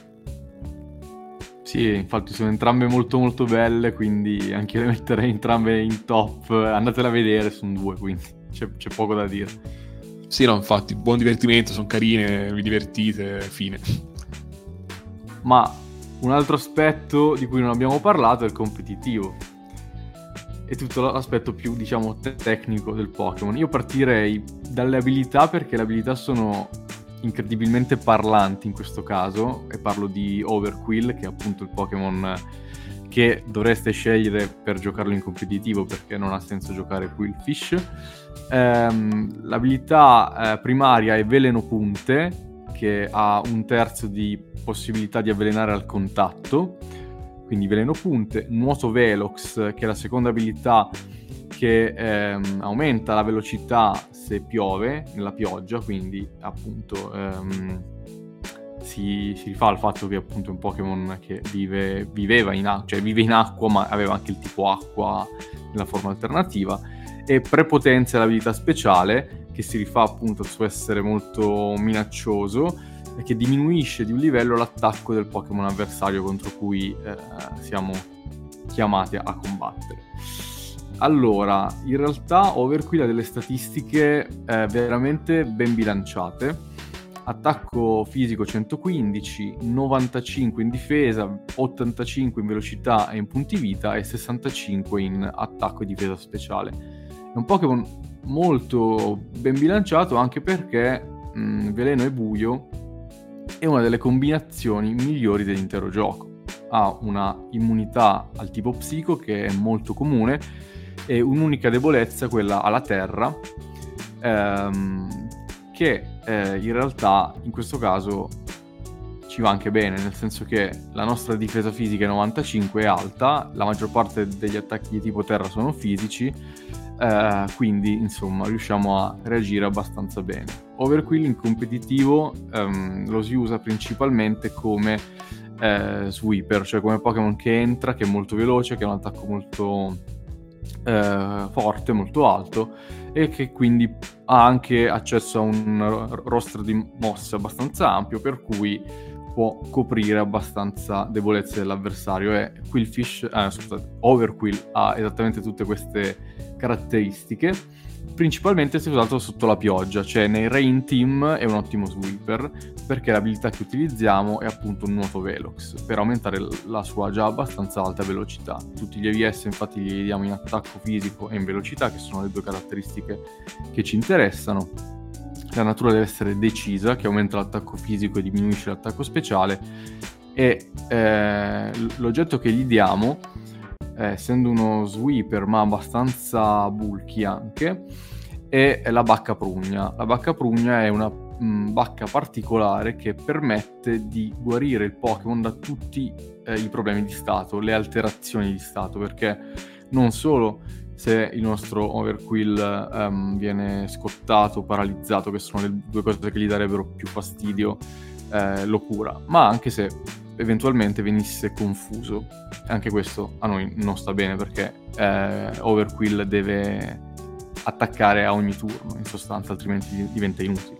Sì, infatti sono entrambe molto molto belle, quindi anche io le metterei entrambe in top. Andatela a vedere, sono due, quindi c'è, c'è poco da dire. Sì, no, infatti, buon divertimento, sono carine, vi divertite, fine. Ma un altro aspetto di cui non abbiamo parlato è il competitivo. È tutto l'aspetto più, diciamo, te- tecnico del Pokémon. Io partirei dalle abilità, perché le abilità sono incredibilmente parlanti in questo caso, e parlo di Overkill, che è appunto il Pokémon che dovreste scegliere per giocarlo in competitivo, perché non ha senso giocare Quillfish. Ehm, l'abilità eh, primaria è Veleno Punte, che ha un terzo di possibilità di avvelenare al contatto, quindi Veleno Punte. Nuoto Velox, che è la seconda abilità, che ehm, aumenta la velocità se piove, nella pioggia, quindi appunto ehm, si, si rifà al fatto che appunto è un Pokémon che vive, viveva in acqua, cioè vive in acqua, ma aveva anche il tipo acqua nella forma alternativa. E Prepotenza è l'abilità speciale, che si rifà appunto al suo essere molto minaccioso e che diminuisce di un livello l'attacco del Pokémon avversario contro cui eh, siamo chiamati a combattere. Allora, in realtà Overkill ha delle statistiche eh, veramente ben bilanciate. Attacco fisico centoquindici, novantacinque in difesa, ottantacinque in velocità e in punti vita, e sessantacinque in attacco e difesa speciale. È un Pokémon molto ben bilanciato, anche perché mh, Veleno e Buio è una delle combinazioni migliori dell'intero gioco. Ha una immunità al tipo psico, che è molto comune, e un'unica debolezza, quella alla terra, ehm, che eh, in realtà in questo caso ci va anche bene, nel senso che la nostra difesa fisica è novantacinque, è alta, la maggior parte degli attacchi di tipo terra sono fisici, eh, quindi insomma riusciamo a reagire abbastanza bene. Overkill in competitivo ehm, lo si usa principalmente come eh, sweeper, cioè come Pokémon che entra, che è molto veloce, che ha un attacco molto eh, forte, molto alto, e che quindi ha anche accesso a un roster di mosse abbastanza ampio, per cui può coprire abbastanza debolezze dell'avversario. E Qwilfish, eh, scusate, Overkill ha esattamente tutte queste caratteristiche. Principalmente si è usato sotto la pioggia, cioè nei rain team è un ottimo sweeper, perché l'abilità che utilizziamo è appunto un nuoto velox, per aumentare la sua già abbastanza alta velocità. Tutti gli E V S infatti li diamo in attacco fisico e in velocità, che sono le due caratteristiche che ci interessano. La natura deve essere decisa, che aumenta l'attacco fisico e diminuisce l'attacco speciale, e eh, l'oggetto che gli diamo, eh, essendo uno sweeper ma abbastanza bulky anche, è la bacca prugna. La bacca prugna è una mh, bacca particolare che permette di guarire il Pokémon da tutti eh, i problemi di stato, le alterazioni di stato, perché non solo se il nostro Overkill um, viene scottato, paralizzato, che sono le due cose che gli darebbero più fastidio, eh, lo cura, ma anche se eventualmente venisse confuso. Anche questo a noi non sta bene, perché eh, Overkill deve attaccare a ogni turno, in sostanza, altrimenti diventa inutile.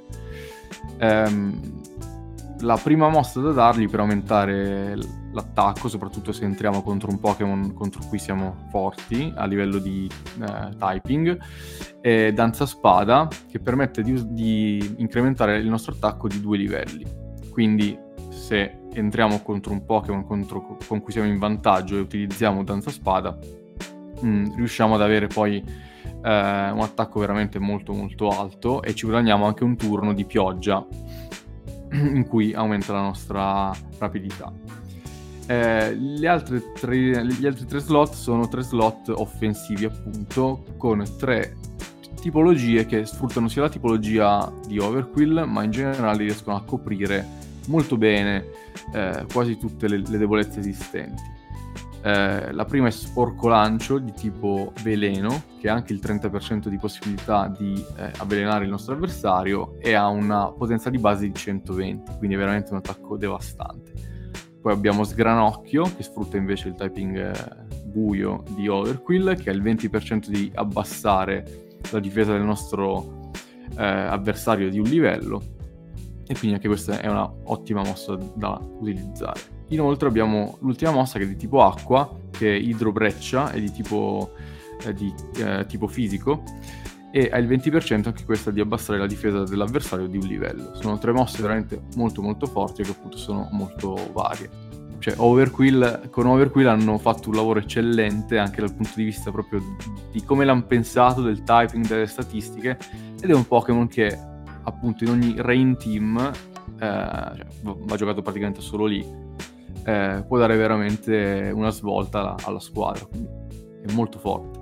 Um, la prima mossa da dargli per aumentare l'attacco, soprattutto se entriamo contro un Pokémon contro cui siamo forti a livello di eh, typing, è Danza Spada, che permette di, di incrementare il nostro attacco di due livelli. Quindi se entriamo contro un Pokémon contro, con cui siamo in vantaggio e utilizziamo Danza Spada, mh, riusciamo ad avere poi eh, un attacco veramente molto molto alto, e ci guadagniamo anche un turno di pioggia in cui aumenta la nostra rapidità. Eh, le altre tre, gli altri tre slot sono tre slot offensivi, appunto, con tre tipologie che sfruttano sia la tipologia di Overkill, ma in generale riescono a coprire molto bene eh, quasi tutte le, le debolezze esistenti. Eh, la prima è Sporco Lancio di tipo veleno, che ha anche il trenta per cento di possibilità di eh, avvelenare il nostro avversario, e ha una potenza di base di centoventi, quindi è veramente un attacco devastante. Poi abbiamo Sgranocchio, che sfrutta invece il typing eh, buio di Overkill, che ha il venti per cento di abbassare la difesa del nostro eh, avversario di un livello, e quindi anche questa è una ottima mossa da utilizzare. Inoltre abbiamo l'ultima mossa, che è di tipo acqua, che è Idrobreccia, è di tipo, eh, di, eh, tipo fisico, e ha il venti per cento anche questa di abbassare la difesa dell'avversario di un livello. Sono tre mosse veramente molto molto forti, che appunto sono molto varie. Cioè Overkill, con Overkill hanno fatto un lavoro eccellente anche dal punto di vista proprio di come l'hanno pensato, del typing, delle statistiche, ed è un Pokémon che appunto in ogni rain team eh, cioè, va giocato praticamente solo lì. Eh, può dare veramente una svolta alla, alla squadra, quindi è molto forte.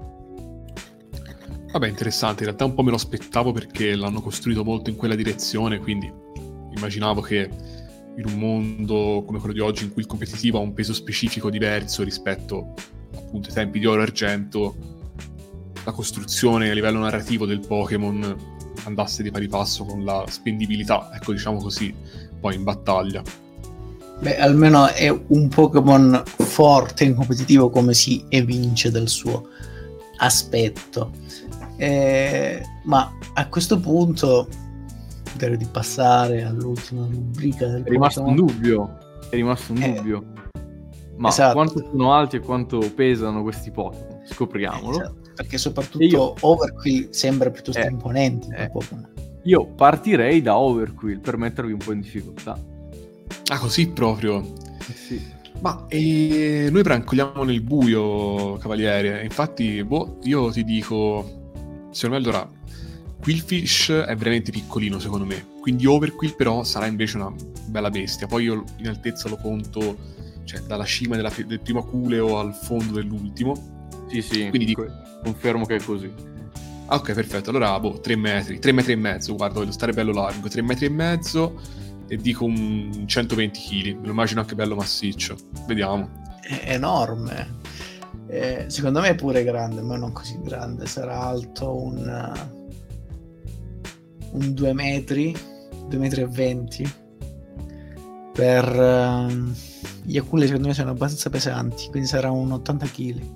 Vabbè, interessante, in realtà un po' me lo aspettavo, perché l'hanno costruito molto in quella direzione, quindi immaginavo che in un mondo come quello di oggi, in cui il competitivo ha un peso specifico diverso rispetto appunto ai tempi di Oro e Argento, la costruzione a livello narrativo del Pokémon andasse di pari passo con la spendibilità, ecco, diciamo così, poi in battaglia. Beh, almeno è un Pokémon forte in competitivo, come si evince dal suo aspetto. Eh, ma a questo punto direi di passare all'ultima rubrica del È rimasto Pokémon. un dubbio, è rimasto un Eh, dubbio. Ma esatto. quanto sono alti e quanto pesano questi Pokémon? Scopriamolo. Esatto, perché soprattutto io... Overkill sembra piuttosto eh, imponente eh. Pokémon. Io partirei da Overkill per mettervi un po' in difficoltà. Ah, così proprio? Eh sì. Ma eh, noi brancogliamo nel buio, cavaliere. Infatti, boh, io ti dico, secondo me allora Qwilfish è veramente piccolino, secondo me. Quindi Overkill però sarà invece una bella bestia. Poi io in altezza lo conto, cioè dalla cima della, del primo aculeo al fondo dell'ultimo. Sì, sì, quindi dico, confermo che è così. Ah, ok, perfetto. Allora, boh, tre metri, tre metri e mezzo, guarda, voglio stare bello largo, tre metri e mezzo e dico un centoventi chili. Me lo immagino anche bello massiccio. Vediamo. È enorme. Eh, secondo me è pure grande, ma non così grande. Sarà alto un, un due metri, due metri e venti. Per uh, gli aculei secondo me sono abbastanza pesanti, quindi sarà un ottanta chili.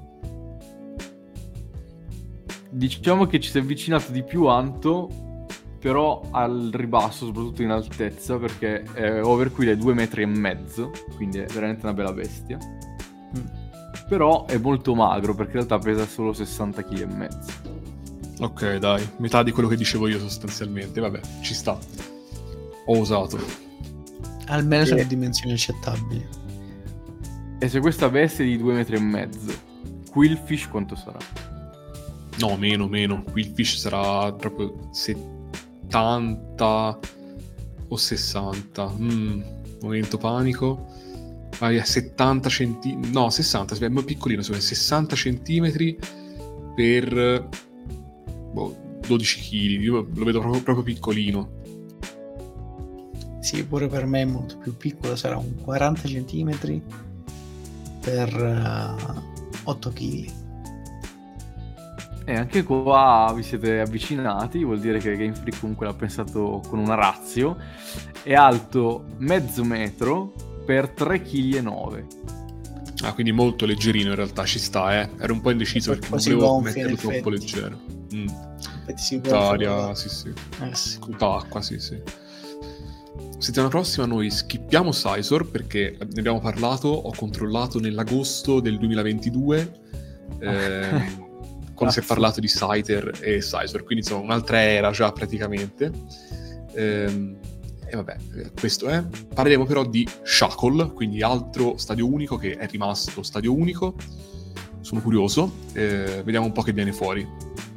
Diciamo che ci si è avvicinato di più Anto, però al ribasso, soprattutto in altezza, perché eh, Overquill è due metri e mezzo, quindi è veramente una bella bestia. Mm. Però è molto magro, perché in realtà pesa solo sessanta chili e mezzo. Ok, dai, metà di quello che dicevo io sostanzialmente. Vabbè, ci sta. Ho osato. Almeno e... sono dimensioni accettabili. E se questa bestia è di due metri e mezzo, Quillfish quanto sarà? No, meno, meno. Quillfish sarà proprio settanta o sessanta. Mm, momento panico. Vai a settanta centimetri. No, sessanta, è piccolino, sono sessanta centimetri per boh, dodici chili. Io lo vedo proprio, proprio piccolino. Sì, pure per me è molto più piccolo, sarà un quaranta centimetri per uh, otto chili. E anche qua vi siete avvicinati, vuol dire che Game Freak comunque l'ha pensato con una ratio. È alto mezzo metro per tre chili e nove. Ah, quindi molto leggerino in realtà, ci sta, eh. Ero un po' indeciso perché non volevo metterlo troppo leggero. Mm. Aria, sì, sì. Eh, sì. Acqua, sì, sì. Settimana prossima noi skippiamo Scizor perché ne abbiamo parlato, ho controllato nell'agosto del duemilaventidue. Eh, quando si è parlato di Scyther e Scizor, quindi insomma un'altra era già praticamente. Ehm, e vabbè, questo è. Parleremo però di Shackle, quindi altro stadio unico che è rimasto stadio unico. Sono curioso, eh, vediamo un po' che viene fuori.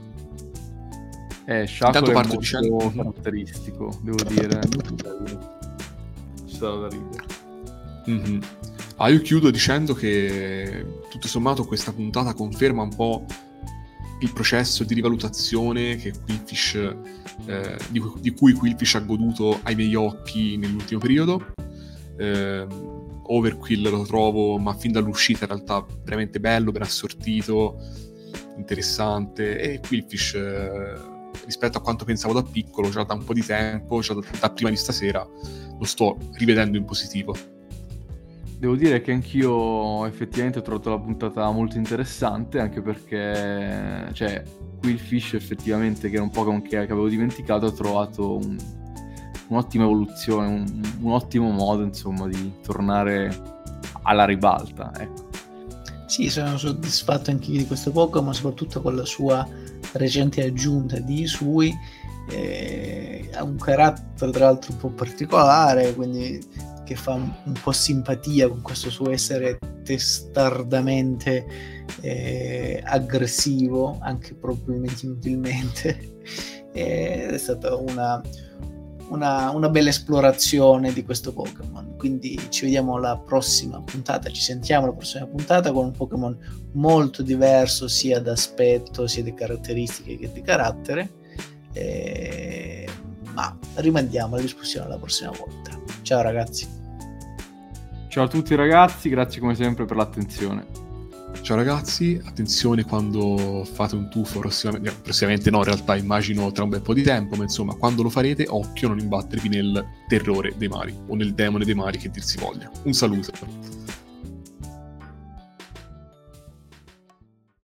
Eh, Shackle è molto dicendo... caratteristico, devo dire. Ci sarà da ridere. Mm-hmm. Ah, io chiudo dicendo che tutto sommato questa puntata conferma un po' il processo di rivalutazione che Quillfish, eh, di, cui, di cui Quillfish ha goduto ai miei occhi nell'ultimo periodo. Eh, Overquill lo trovo, ma fin dall'uscita in realtà veramente bello, ben assortito, interessante, e Quillfish, eh, rispetto a quanto pensavo da piccolo, già da un po' di tempo, già da, da prima di stasera, lo sto rivedendo in positivo. Devo dire che anch'io effettivamente ho trovato la puntata molto interessante, anche perché, cioè, Quillfish effettivamente, che era un Pokémon che, che avevo dimenticato, ho trovato un, un'ottima evoluzione, un, un ottimo modo, insomma, di tornare alla ribalta, ecco. Sì, sono soddisfatto anche di questo Pokémon, soprattutto con la sua recente aggiunta di Isui. Eh, ha un carattere tra l'altro un po' particolare, quindi che fa un, un po' simpatia con questo suo essere testardamente eh, aggressivo, anche probabilmente inutilmente. Ed è stata una, una, una bella esplorazione di questo Pokémon, quindi ci vediamo alla prossima puntata, ci sentiamo alla prossima puntata con un Pokémon molto diverso sia d'aspetto sia di caratteristiche che di carattere, eh, ma rimandiamo la discussione alla prossima volta. Ciao ragazzi. Ciao a tutti ragazzi, grazie come sempre per l'attenzione. Ciao ragazzi, attenzione quando fate un tuffo prossimamente, prossimamente no, in realtà immagino tra un bel po' di tempo, ma insomma quando lo farete, occhio a non imbattervi nel terrore dei mari o nel demone dei mari che dir si voglia. Un saluto.